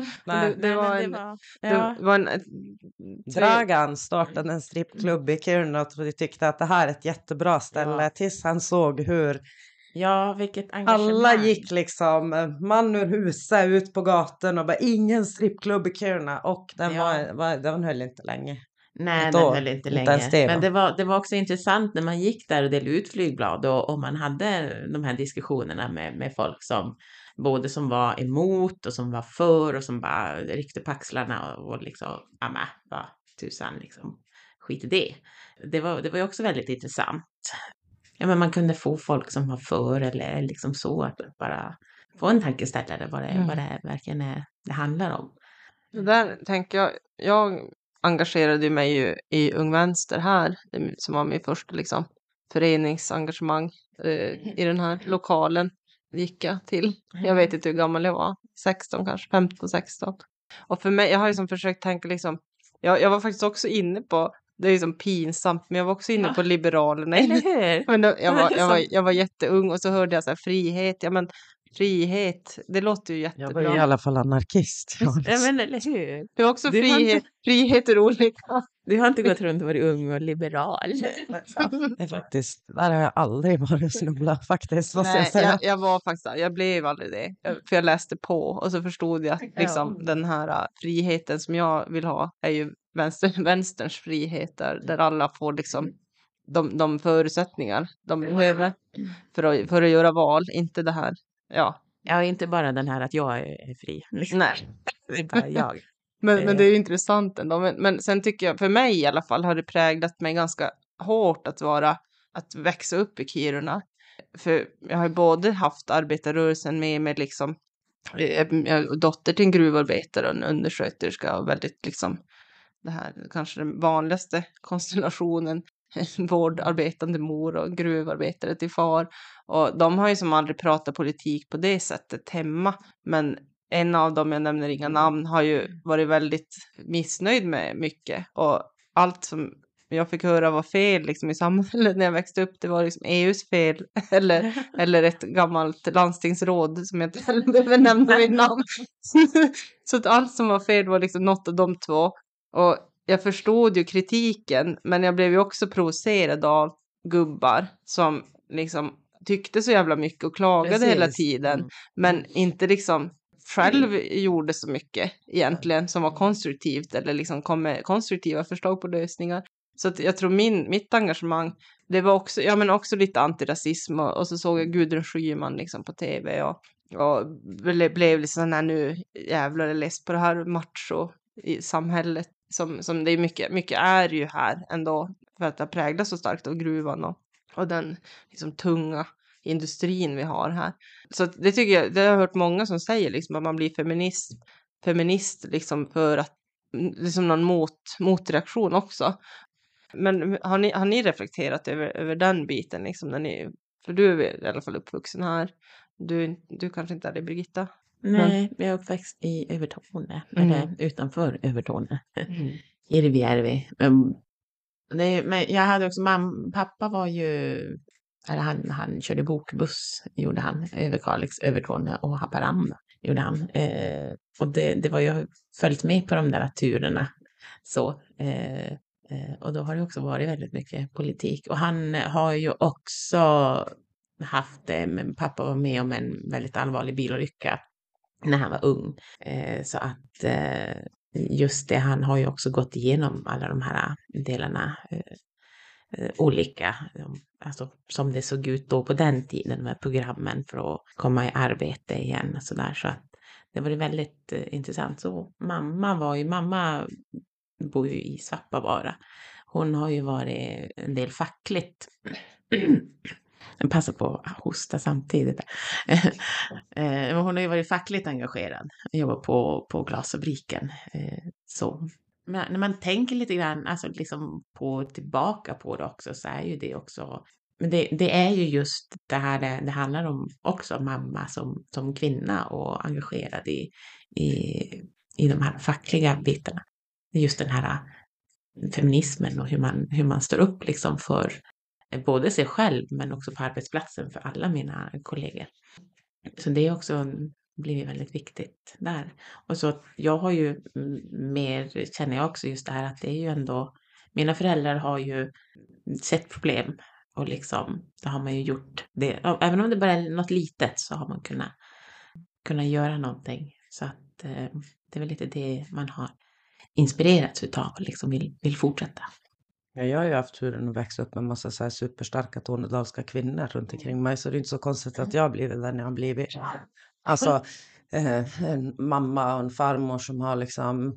Dragan startade en strippklubb i Kiruna och vi tyckte att det här är ett jättebra ställe tills han såg hur vilket engagemang. Alla gick liksom man ur huset ut på gatan och bara ingen strippklubb i Kiruna och den höll inte länge. Nej, den höll inte länge. Men det var också intressant när man gick där och delade ut flygblad och man hade de här diskussionerna med folk som både som var emot och som var för och som bara ryckte på axlarna och liksom, vad tusan liksom, skit i det. Det var ju också väldigt intressant. Ja, men man kunde få folk som var för eller liksom så att bara få en tankeställare vad det verkligen är det handlar om. Det där tänker jag engagerade mig ju i Ung Vänster här, som var min första liksom föreningsengagemang i den här lokalen gick jag till. Jag vet inte hur gammal jag var, 16 kanske, 15-16. Och för mig, jag har liksom försökt tänka liksom, jag var faktiskt också inne på, det är liksom pinsamt, men jag var också inne på Liberalerna. Men jag var jätteung och så hörde jag så här frihet, frihet, det låter ju jättebra. Jag var i alla fall anarkist. Ja, men eller hur? Det är också frihet är olika. Du har inte gått runt och varit ung och liberal. Nej, faktiskt. Där har jag aldrig varit snubbla faktiskt. Jag var faktiskt, jag blev aldrig det. För jag läste på och så förstod jag att liksom, den här friheten som jag vill ha är ju vänsterns friheter. Där alla får liksom de förutsättningar de behöver för att göra val. Inte det här. Ja, inte bara den här att jag är fri. Nej. Det är bara jag. Men det är ju intressant ändå. Men sen tycker jag, för mig i alla fall, har det präglat mig ganska hårt att växa upp i Kiruna. För jag har ju både haft arbetarrörelsen med liksom, jag är dotter till en gruvarbetare och en undersköterska och väldigt liksom, det här kanske den vanligaste konstellationen. Vårdarbetande mor och gruvarbetare till far. Och de har ju som aldrig pratat politik på det sättet hemma. Men en av dem, jag nämner inga namn, har ju varit väldigt missnöjd med mycket. Och allt som jag fick höra var fel liksom, i samhället när jag växte upp. Det var liksom EUs fel eller ett gammalt landstingsråd som jag inte heller behöver nämna vid namn. Så att allt som var fel var liksom något av de två. Och jag förstod ju kritiken, men jag blev ju också provocerad av gubbar som liksom tyckte så jävla mycket och klagade hela tiden. Men inte liksom själv gjorde så mycket egentligen som var konstruktivt eller liksom kom med konstruktiva förslag på lösningar. Så att jag tror mitt engagemang, det var också, ja men också lite antirasism och så såg jag Gudrun Schyman liksom på tv och blev liksom här nu jävlar är less på det här macho i samhället som det är mycket är ju här ändå för att det präglas så starkt av gruvan och den liksom tunga industrin vi har här. Så det tycker jag, det har jag hört många som säger liksom att man blir feminist liksom för att liksom någon motreaktion också. Men har ni reflekterat över den biten liksom när ni, för du är i alla fall uppvuxen här. Du kanske inte är det, Birgitta? Nej, jag är uppväxt i Övertorneå, eller utanför Övertorneå. Irvijärvi. Men jag hade också, pappa var ju, eller han körde bokbuss, gjorde han, över Kalix, Övertorneå och Haparanda gjorde han. Och det var ju följt med på de där turerna. Så, och då har det också varit väldigt mycket politik. Och han har ju också haft det, men pappa var med om en väldigt allvarlig bilolycka när han var ung. Så att just det, han har ju också gått igenom alla de här delarna olika, alltså som det såg ut då på den tiden med programmen för att komma i arbete igen och sådär. Så att det var väldigt intressant. Så mamma bor ju i Svappavaara. Hon har ju varit en del fackligt. Jag passar på att hosta samtidigt. Hon har ju varit fackligt engagerad. Jobbar på glasfabriken. Så. Men när man tänker lite grann alltså liksom tillbaka på det också, så är ju det också. Men det är ju just det här det handlar om också, mamma som kvinna och engagerad i de här fackliga bitarna. Just den här feminismen och hur man står upp liksom för både sig själv men också på arbetsplatsen för alla mina kollegor. Så det är också blivit väldigt viktigt där. Och så jag har ju känner jag också just det här att det är ju ändå, mina föräldrar har ju sett problem och liksom så har man ju gjort det. Även om det bara är något litet så har man kunnat göra någonting. Så att det är väl lite det man har inspirerats utav och liksom vill fortsätta. Ja, jag har ju haft turen att växa upp med en massa så här superstarka tornedalska kvinnor runt omkring mig. Så det är inte så konstigt att jag har blivit den jag har blivit. Alltså en mamma och en farmor som har liksom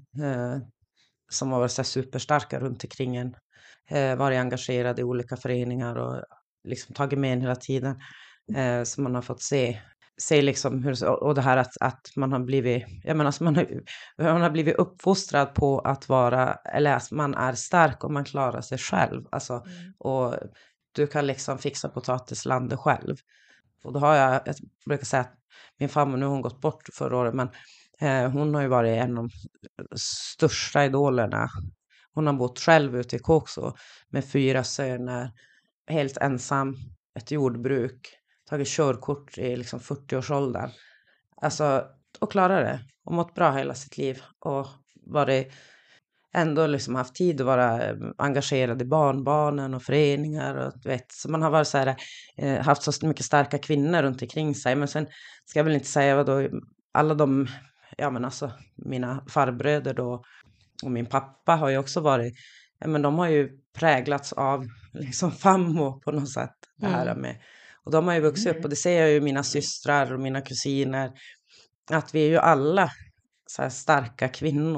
som har varit så här superstarka runt omkring en. Varit engagerad i olika föreningar och liksom tagit med en hela tiden. Så man har fått se liksom hur, och det här att man har blivit, jag menar, alltså man har blivit uppfostrad på att vara, eller att man är stark och man klarar sig själv. Alltså, och du kan liksom fixa potatislandet själv. Och då har jag brukar säga att min farmor, nu har hon gått bort förra året, men hon har ju varit en av de största idolerna. Hon har bott själv ute i Kåkså med 4 söner, helt ensam, ett jordbruk, tagit körkort i liksom 40-årsåldern. Alltså, och klarat det. Och mått bra hela sitt liv. Och varit ändå liksom haft tid att vara engagerad i barnen och föreningar. Och, vet, så man har varit så här, haft så mycket starka kvinnor runt omkring sig. Men sen ska jag väl inte säga vad då, alla de, ja men alltså mina farbröder då och min pappa har ju också varit, ja men de har ju präglats av liksom fammo på något sätt. Det här med. Och de har ju vuxit upp, och det ser jag ju mina systrar och mina kusiner, att vi är ju alla så här starka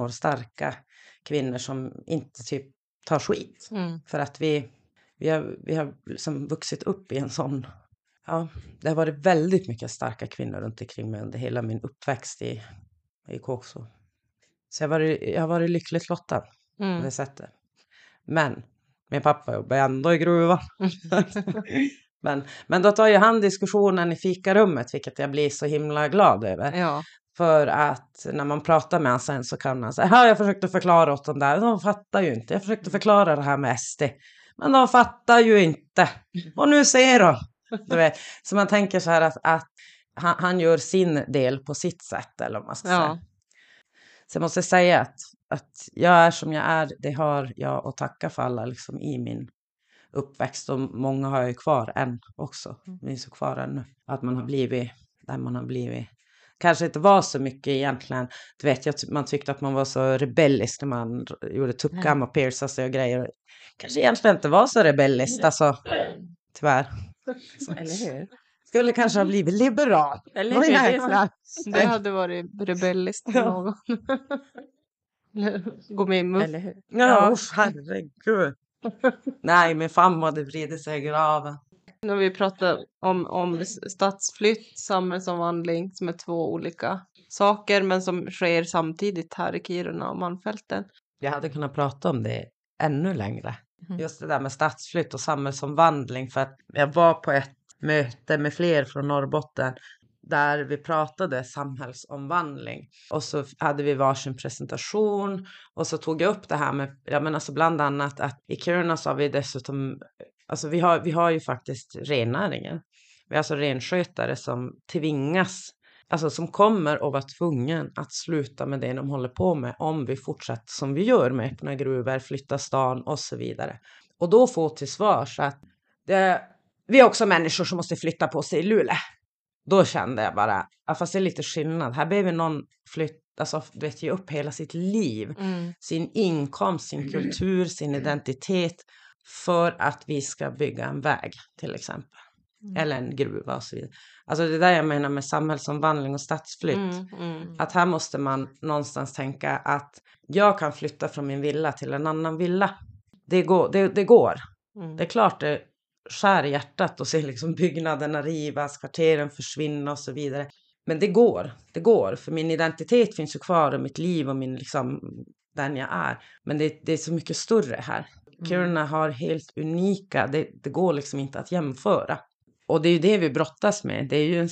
kvinnor som inte typ tar skit. För att vi har liksom vuxit upp i en sån, ja, det har varit väldigt mycket starka kvinnor runt omkring mig under hela min uppväxt i Kåkså. Så jag har varit lyckligt lottad på det sättet. Men min pappa jobbar ändå i gruvan. Men då tar ju han diskussionen i fikarummet, vilket jag blir så himla glad över. Ja. För att när man pratar med han sen så kan han säga, jag försökte förklara åt dem där, de fattar ju inte. Jag försökte förklara det här med SD, men de fattar ju inte. Och nu ser de. Du vet. Så man tänker så här att han gör sin del på sitt sätt, eller vad man ska säga. Så jag måste säga att jag är som jag är, det har jag att tacka för alla liksom i min uppväxt. Och många har jag ju kvar än också. Vi är så kvar ännu. Att man har blivit där man har blivit. Kanske inte var så mycket egentligen. Du vet, man tyckte att man var så rebellisk när man gjorde tuppkam och pierca sig och grejer. Kanske egentligen inte var så rebelliskt, alltså. Tyvärr. Eller hur? Skulle kanske ha blivit liberal. Eller hur? Det hade varit rebelliskt för någon. Gå med i MUF. Eller hur? Ja, herregud. Nej, min fan hade vridit sig i graven. När vi pratar om stadsflytt, samhällsomvandling som är 2 olika saker men som sker samtidigt här i Kiruna och Malmfälten. Jag hade kunnat prata om det ännu längre. Just det där med stadsflytt och samhällsomvandling. För att jag var på ett möte med fler från Norrbotten där vi pratade samhällsomvandling. Och så hade vi varsin presentation och så tog jag upp det här med, alltså bland annat att i Kiruna så har vi dessutom, alltså vi har ju faktiskt rennäringen. Vi har alltså renskötare som tvingas, alltså som kommer att vara tvungen att sluta med det de håller på med om vi fortsätter som vi gör med öppna gruvor, flytta stan och så vidare. Och då få till svars att vi är också människor som måste flytta på sig i Luleå. Då kände jag bara, fast det är lite skillnad. Här behöver någon ge upp hela sitt liv. Sin inkomst, sin kultur, sin identitet. För att vi ska bygga en väg till exempel. Eller en gruva och så vidare. Alltså det där jag menar med samhällsomvandling och stadsflytt. Att här måste man någonstans tänka att jag kan flytta från min villa till en annan villa. Det går. Det är klart det skär i hjärtat och se liksom byggnaderna rivas, kvarteren försvinna och så vidare. Men det går. För min identitet finns ju kvar och mitt liv och min liksom, den jag är. Men det är så mycket större här. Kiruna har helt unika, det går liksom inte att jämföra. Och det är ju det vi brottas med. Det är ju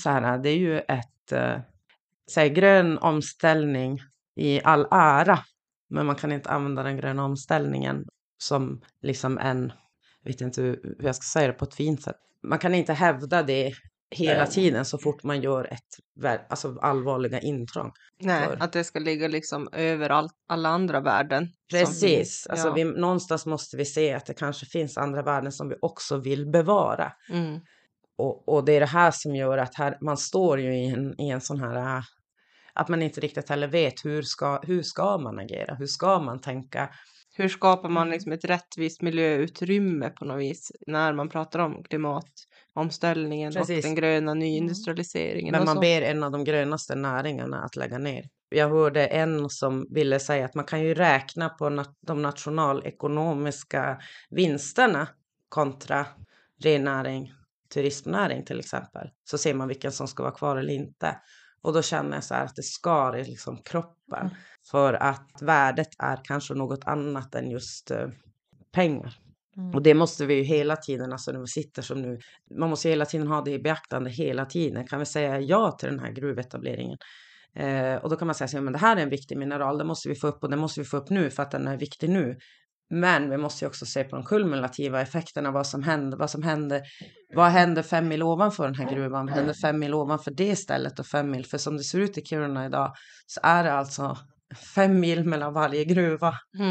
grön omställning i all ära. Men man kan inte använda den gröna omställningen som liksom jag vet inte hur jag ska säga det på ett fint sätt. Man kan inte hävda det hela tiden så fort man gör allvarliga intrång. Nej, att det ska ligga liksom över alla andra värden. Precis, någonstans måste vi se att det kanske finns andra värden som vi också vill bevara. Och det är det här som gör att man står ju i en sån här, att man inte riktigt heller vet hur ska man agera, hur ska man tänka. Hur skapar man liksom ett rättvist miljöutrymme på något vis när man pratar om klimatomställningen. Precis. Och den gröna nyindustrialiseringen. Men man ber en av de grönaste näringarna att lägga ner. Jag hörde en som ville säga att man kan ju räkna på de nationalekonomiska vinsterna kontra rennäring, turismnäring till exempel. Så ser man vilken som ska vara kvar eller inte. Och då känner jag så här att det skar i liksom kroppen. För att värdet är kanske något annat än just pengar. Och det måste vi ju hela tiden, alltså när vi sitter som nu. Man måste hela tiden ha det i beaktande hela tiden. Kan vi säga ja till den här gruvetableringen? Och då kan man säga så, men det här är en viktig mineral. Det måste vi få upp och det måste vi få upp nu för att den är viktig nu. Men vi måste ju också se på de kumulativa effekterna, vad som händer. Vad händer 5 mil ovanför den här gruvan? Vad händer 5 mil ovanför det stället och 5 mil? För som det ser ut i Kiruna idag så är det alltså 5 mil mellan varje gruva.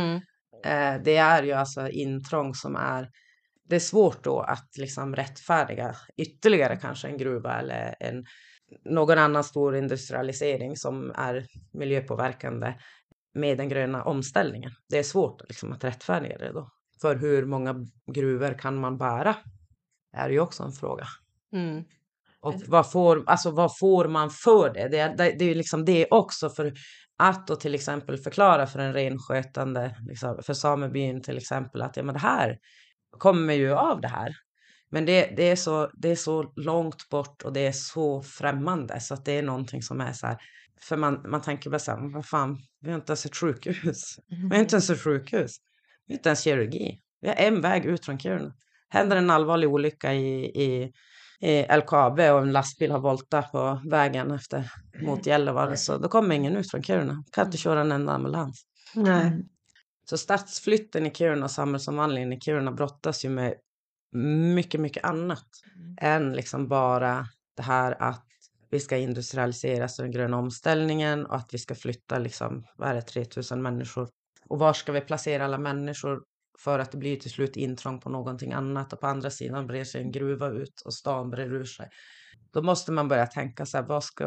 Det är ju alltså intrång som det är svårt då att liksom rättfärdiga ytterligare kanske en gruva eller någon annan stor industrialisering som är miljöpåverkande med den gröna omställningen. Det är svårt liksom att rättfärdiga det då. För hur många gruvor kan man bära? Det är ju också en fråga. Och vad får man för det? Det är ju liksom det också för att då till exempel förklara för en renskötande, liksom, för samebyn till exempel att men det här kommer ju av det här. Men det är så långt bort och det är så främmande så att det är någonting som är så här. För man tänker bara så här, vad fan, vi har inte ens ett sjukhus. Vi har inte ens ett sjukhus. Vi har inte ens kirurgi. Vi har en väg ut från Kiruna. Händer en allvarlig olycka i LKAB och en lastbil har voltat på vägen mot Gällivare, så då kommer ingen ut från Kiruna. Kan inte köra en enda ambulans. Nej. Så stadsflytten i Kiruna och samhällsomvandlingen i Kiruna brottas ju med mycket, mycket annat än liksom bara det här att vi ska industrialiseras den gröna omställningen och att vi ska flytta liksom, 3000 människor. Och var ska vi placera alla människor för att det blir till slut intrång på någonting annat, och på andra sidan brer sig en gruva ut och stan brer ur sig. Då måste man börja tänka så här, vad ska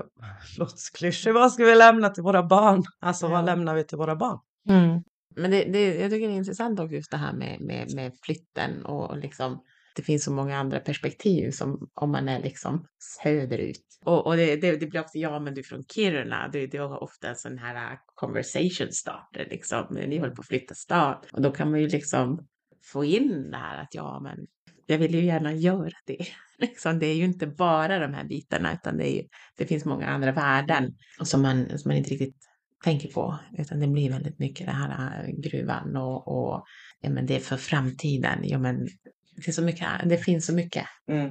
vi lämna till våra barn? Alltså vad lämnar vi till våra barn? Mm. Men jag tycker det är intressant också just det här med flytten och liksom det finns så många andra perspektiv som om man är liksom söderut. Och det blir också, men du är från Kiruna, det är ofta en sån här conversation starter liksom, ni håller på att flytta stad. Och då kan man ju liksom få in det här att men jag vill ju gärna göra det. Liksom, det är ju inte bara de här bitarna, utan det finns många andra värden som man inte riktigt tänker på, utan det blir väldigt mycket det här gruvan och men det är för framtiden. Men det är så mycket, det finns så mycket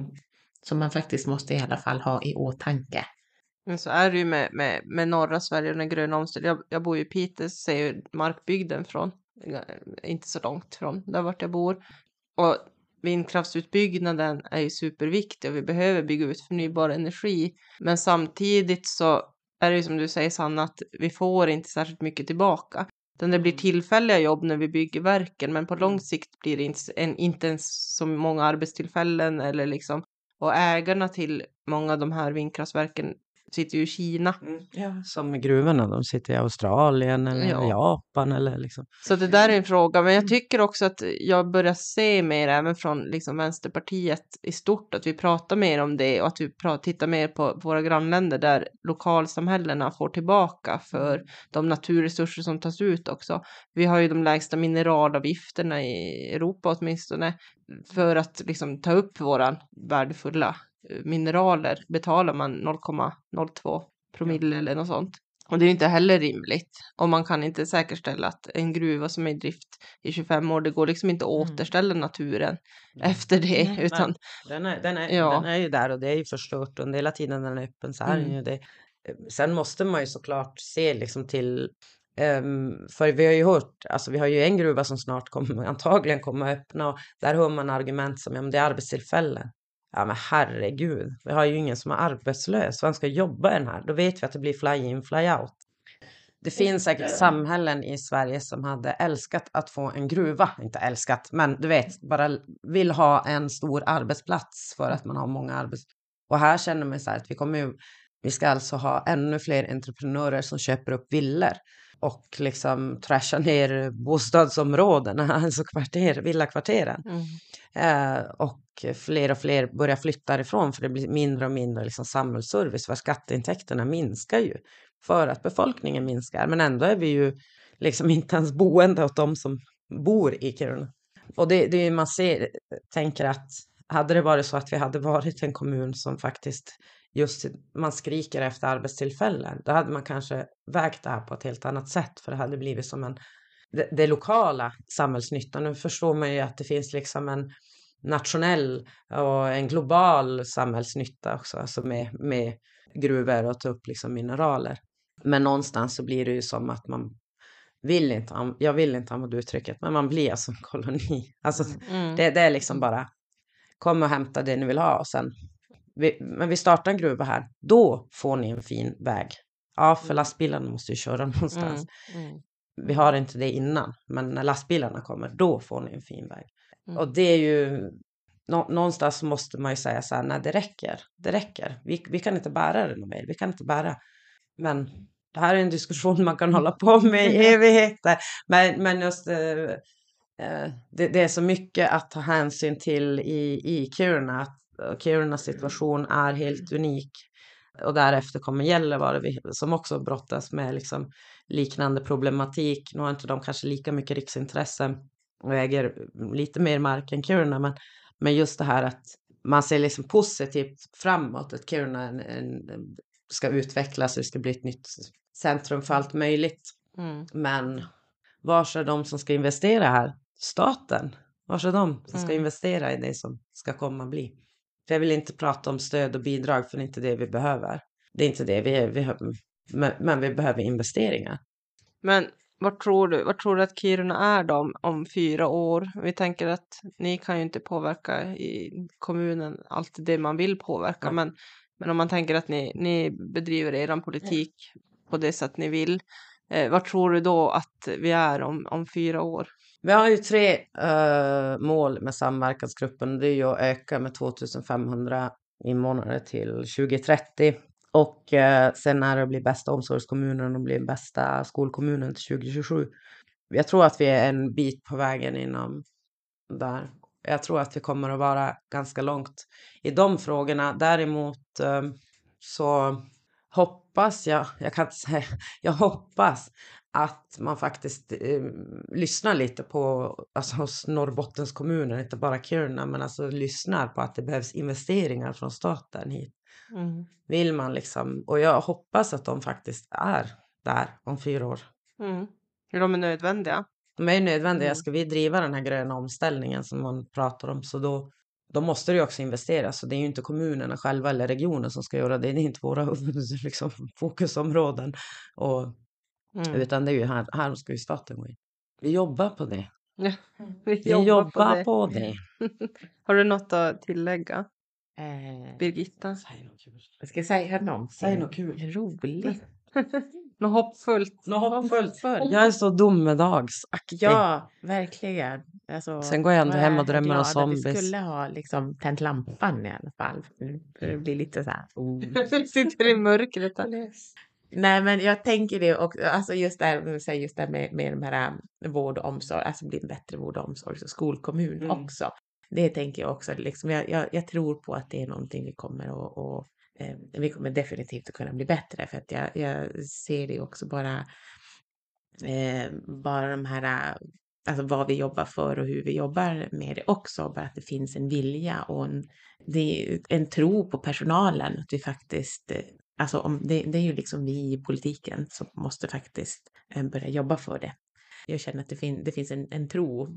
som man faktiskt måste i alla fall ha i åtanke. Men så är det ju med norra Sverige och den gröna omställningen. Jag bor ju i Piteå, ser ju markbygden från, inte så långt från där vart jag bor. Och vindkraftsutbyggnaden är ju superviktig och vi behöver bygga ut förnybar energi. Men samtidigt så är det ju som du säger, Sanna, att vi får inte särskilt mycket tillbaka. Det blir tillfälliga jobb när vi bygger verken, men på lång sikt blir det inte ens så många arbetstillfällen eller liksom. Och ägarna till många av de här vindkraftverken sitter ju i Kina. Som med gruvorna, de sitter i Australien eller Japan eller liksom. Så det där är en fråga, men jag tycker också att jag börjar se mer även från liksom Vänsterpartiet i stort, att vi pratar mer om det och att vi tittar mer på våra grannländer där lokalsamhällena får tillbaka för de naturresurser som tas ut också. Vi har ju de lägsta mineralavgifterna i Europa åtminstone, för att liksom ta upp våran värdefulla mineraler betalar man 0,02 promille eller något sånt. Och det är ju inte heller rimligt. Och man kan inte säkerställa att en gruva som är i drift i 25 år, det går liksom inte att återställa naturen efter det. Nej, utan den är ju där och det är ju förstört. Och hela tiden den är öppen så är den ju det. Sen måste man ju såklart se liksom till... för vi har ju hört, alltså vi har ju en gruva som snart antagligen kommer att öppna. Och där hör man argument som, det är arbetstillfällen. Ja men herregud, vi har ju ingen som är arbetslös. Vem ska jobba i den här? Då vet vi att det blir fly in, fly out. Det finns säkert samhällen i Sverige som hade älskat att få en gruva. Inte älskat, men du vet, bara vill ha en stor arbetsplats för att man har många Och här känner man så här att vi ska alltså ha ännu fler entreprenörer som köper upp villor. Och liksom trashar ner bostadsområdena, alltså villakvarteren. Och fler börjar flytta ifrån för det blir mindre och mindre liksom samhällsservice, för skatteintäkterna minskar ju för att befolkningen minskar, men ändå är vi ju liksom inte ens boende åt de som bor i Kiruna. Och det man tänker att hade det varit så att vi hade varit en kommun som faktiskt just man skriker efter arbetstillfällen, då hade man kanske vägt det här på ett helt annat sätt, för det hade blivit som det lokala samhällsnyttan. Nu förstår man ju att det finns liksom en nationell och en global samhällsnytta också, alltså med gruvor och ta upp liksom mineraler. Men någonstans så blir det ju som att man jag vill inte använda uttrycket, men man blir som koloni. Alltså det är liksom bara kom och hämta det ni vill ha och sen men vi startar en gruva här, då får ni en fin väg. Ja, för lastbilarna måste ju köra någonstans. Vi har inte det innan, men när lastbilarna kommer, då får ni en fin väg. Och det är ju någonstans måste man ju säga så här, nej det räcker. Vi kan inte bära det mer, vi kan inte bära. Men det här är en diskussion man kan hålla på med i evigheter. Men just det är så mycket att ta hänsyn till i Kiruna. Kirunas situation är helt unik. Och därefter kommer Gällivare som också brottas med liksom liknande problematik. Nu har inte de kanske lika mycket riksintresse och äger lite mer mark än Kiruna. Men just det här att man ser liksom positivt framåt. Att Kiruna ska utvecklas, det ska bli ett nytt centrum för allt möjligt. Men var är de som ska investera här? Staten. Var är de som ska investera i det som ska komma bli? För jag vill inte prata om stöd och bidrag, för det är inte det vi behöver. Det är inte det vi men vi behöver investeringar. Men vad tror du att Kiruna är då om 4 år? Vi tänker att ni kan ju inte påverka i kommunen allt det man vill påverka. Men om man tänker att ni bedriver er politik på det sätt ni vill. Vad tror du då att vi är om 4 år? Vi har ju 3 mål med samverkansgruppen. Det är ju att öka med 2500 invånare till 2030. Och sen är det att bli bästa omsorgskommunen och bli bästa skolkommunen till 2027. Jag tror att vi är en bit på vägen inom där. Jag tror att vi kommer att vara ganska långt i de frågorna. Däremot så hoppas jag kan inte säga, jag hoppas att man faktiskt lyssnar lite på, alltså hos Norrbottens kommuner, inte bara Kiruna, men alltså lyssnar på att det behövs investeringar från staten hit. Vill man liksom, och jag hoppas att de faktiskt är där om 4 år. De är nödvändiga. De är nödvändiga. Ska vi driva den här gröna omställningen som man pratar om, så då måste det ju också investeras. Så det är ju inte kommunerna själva eller regionen som ska göra det. Det är inte våra liksom, fokusområden. Utan det är ju här ska ju staten gå in. Vi jobbar på det. Ja, vi jobbar på det. Har du något att tillägga? Birgitta? Jag ska säga någonting. Säg något kul. Roligt. Något hoppfullt. Jag är så domedagsaktig. Ja, verkligen. Alltså, sen går jag ändå hem och drömmer om zombies. Vi skulle ha liksom tänt lampan i alla fall. Det blir lite så här. Sitter i mörkret. Nej, men jag tänker det, och alltså just där med de här vård och omsorg, alltså bli en bättre vård och omsorg och skolkommun också. Det tänker jag också, liksom, jag tror på att det är någonting vi kommer definitivt att kunna bli bättre, för att jag ser det också bara de här, alltså vad vi jobbar för och hur vi jobbar med det också, bara att det finns en vilja och en tro på personalen, att vi faktiskt, alltså det är ju liksom vi i politiken som måste faktiskt börja jobba för det. Jag känner att det finns en tro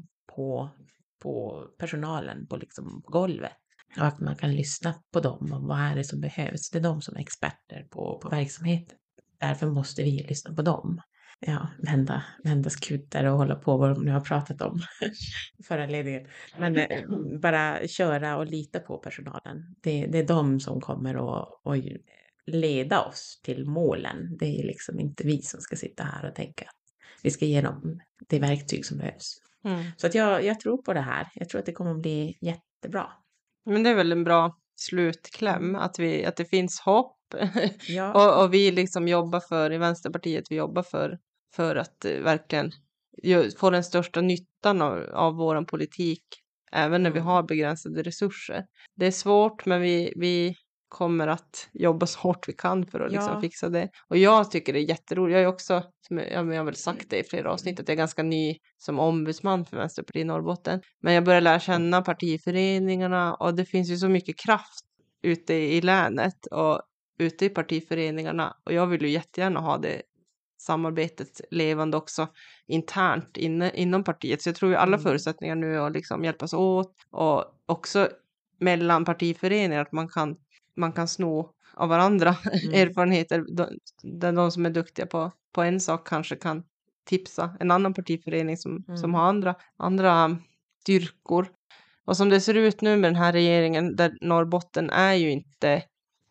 på personalen på liksom golvet. Och att man kan lyssna på dem och vad är det som behövs. Det är de som är experter på verksamheten. Därför måste vi lyssna på dem. Ja, vända skutar och hålla på vad de nu har pratat om förra ledningen. Men bara köra och lita på personalen. Det är de som kommer att leda oss till målen. Det är liksom inte vi som ska sitta här och tänka att vi ska ge dem det verktyg som behövs. Så att jag tror på det här. Jag tror att det kommer att bli jättebra. Men det är väl en bra slutkläm att det finns hopp. Ja. och vi liksom jobbar för, i Vänsterpartiet, vi jobbar för att verkligen få den största nyttan av vår politik, även när vi har begränsade resurser. Det är svårt, men vi kommer att jobba så hårt vi kan för att liksom fixa det. Och jag tycker det är jätteroligt. Jag är också, jag har väl sagt det i flera avsnitt, att jag är ganska ny som ombudsman för Vänsterpartiet i Norrbotten. Men jag börjar lära känna partiföreningarna, och det finns ju så mycket kraft ute i länet och ute i partiföreningarna. Och jag vill ju jättegärna ha det samarbetet levande också internt inom partiet. Så jag tror ju alla förutsättningar nu är att liksom hjälpas åt, och också mellan partiföreningar, att man kan sno av varandra erfarenheter, där de som är duktiga på en sak kanske kan tipsa en annan partiförening som har andra styrkor. Och som det ser ut nu med den här regeringen, där Norrbotten är ju inte,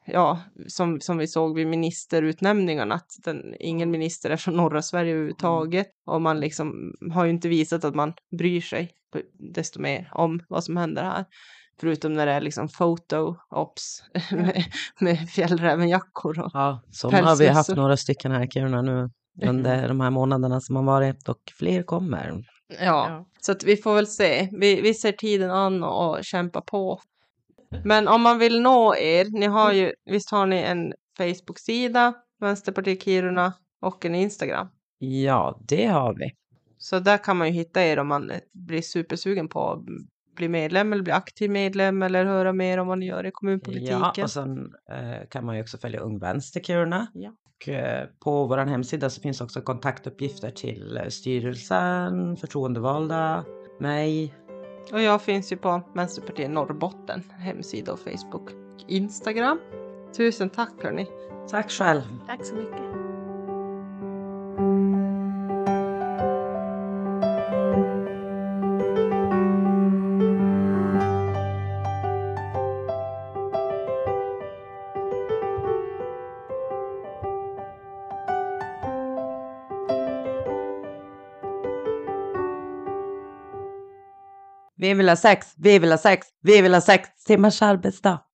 som vi såg vid ministerutnämningarna, att ingen minister är från norra Sverige överhuvudtaget, och man liksom har ju inte visat att man bryr sig desto mer om vad som händer här. Förutom när det är liksom photo-ops med fjällrävenjackor och så har vi haft några stycken här i Kiruna nu under de här månaderna som har varit, och fler kommer. Ja, så att vi får väl se. Vi ser tiden an och kämpa på. Men om man vill nå er, visst har ni en Facebook-sida, Vänsterpartiet Kiruna, och en Instagram? Ja, det har vi. Så där kan man ju hitta er om man blir supersugen på att bli medlem eller bli aktiv medlem, eller höra mer om vad ni gör i kommunpolitiken. Ja, och sen kan man ju också följa Ung Vänster Kiruna. Ja. Och på vår hemsida så finns också kontaktuppgifter till styrelsen, förtroendevalda, mig, Och jag finns ju på Vänsterpartiet Norrbotten, hemsida och Facebook, Instagram. Tusen tack hörni. Tack själv. Tack så mycket. Vi vill ha 6 timmars arbetsdag.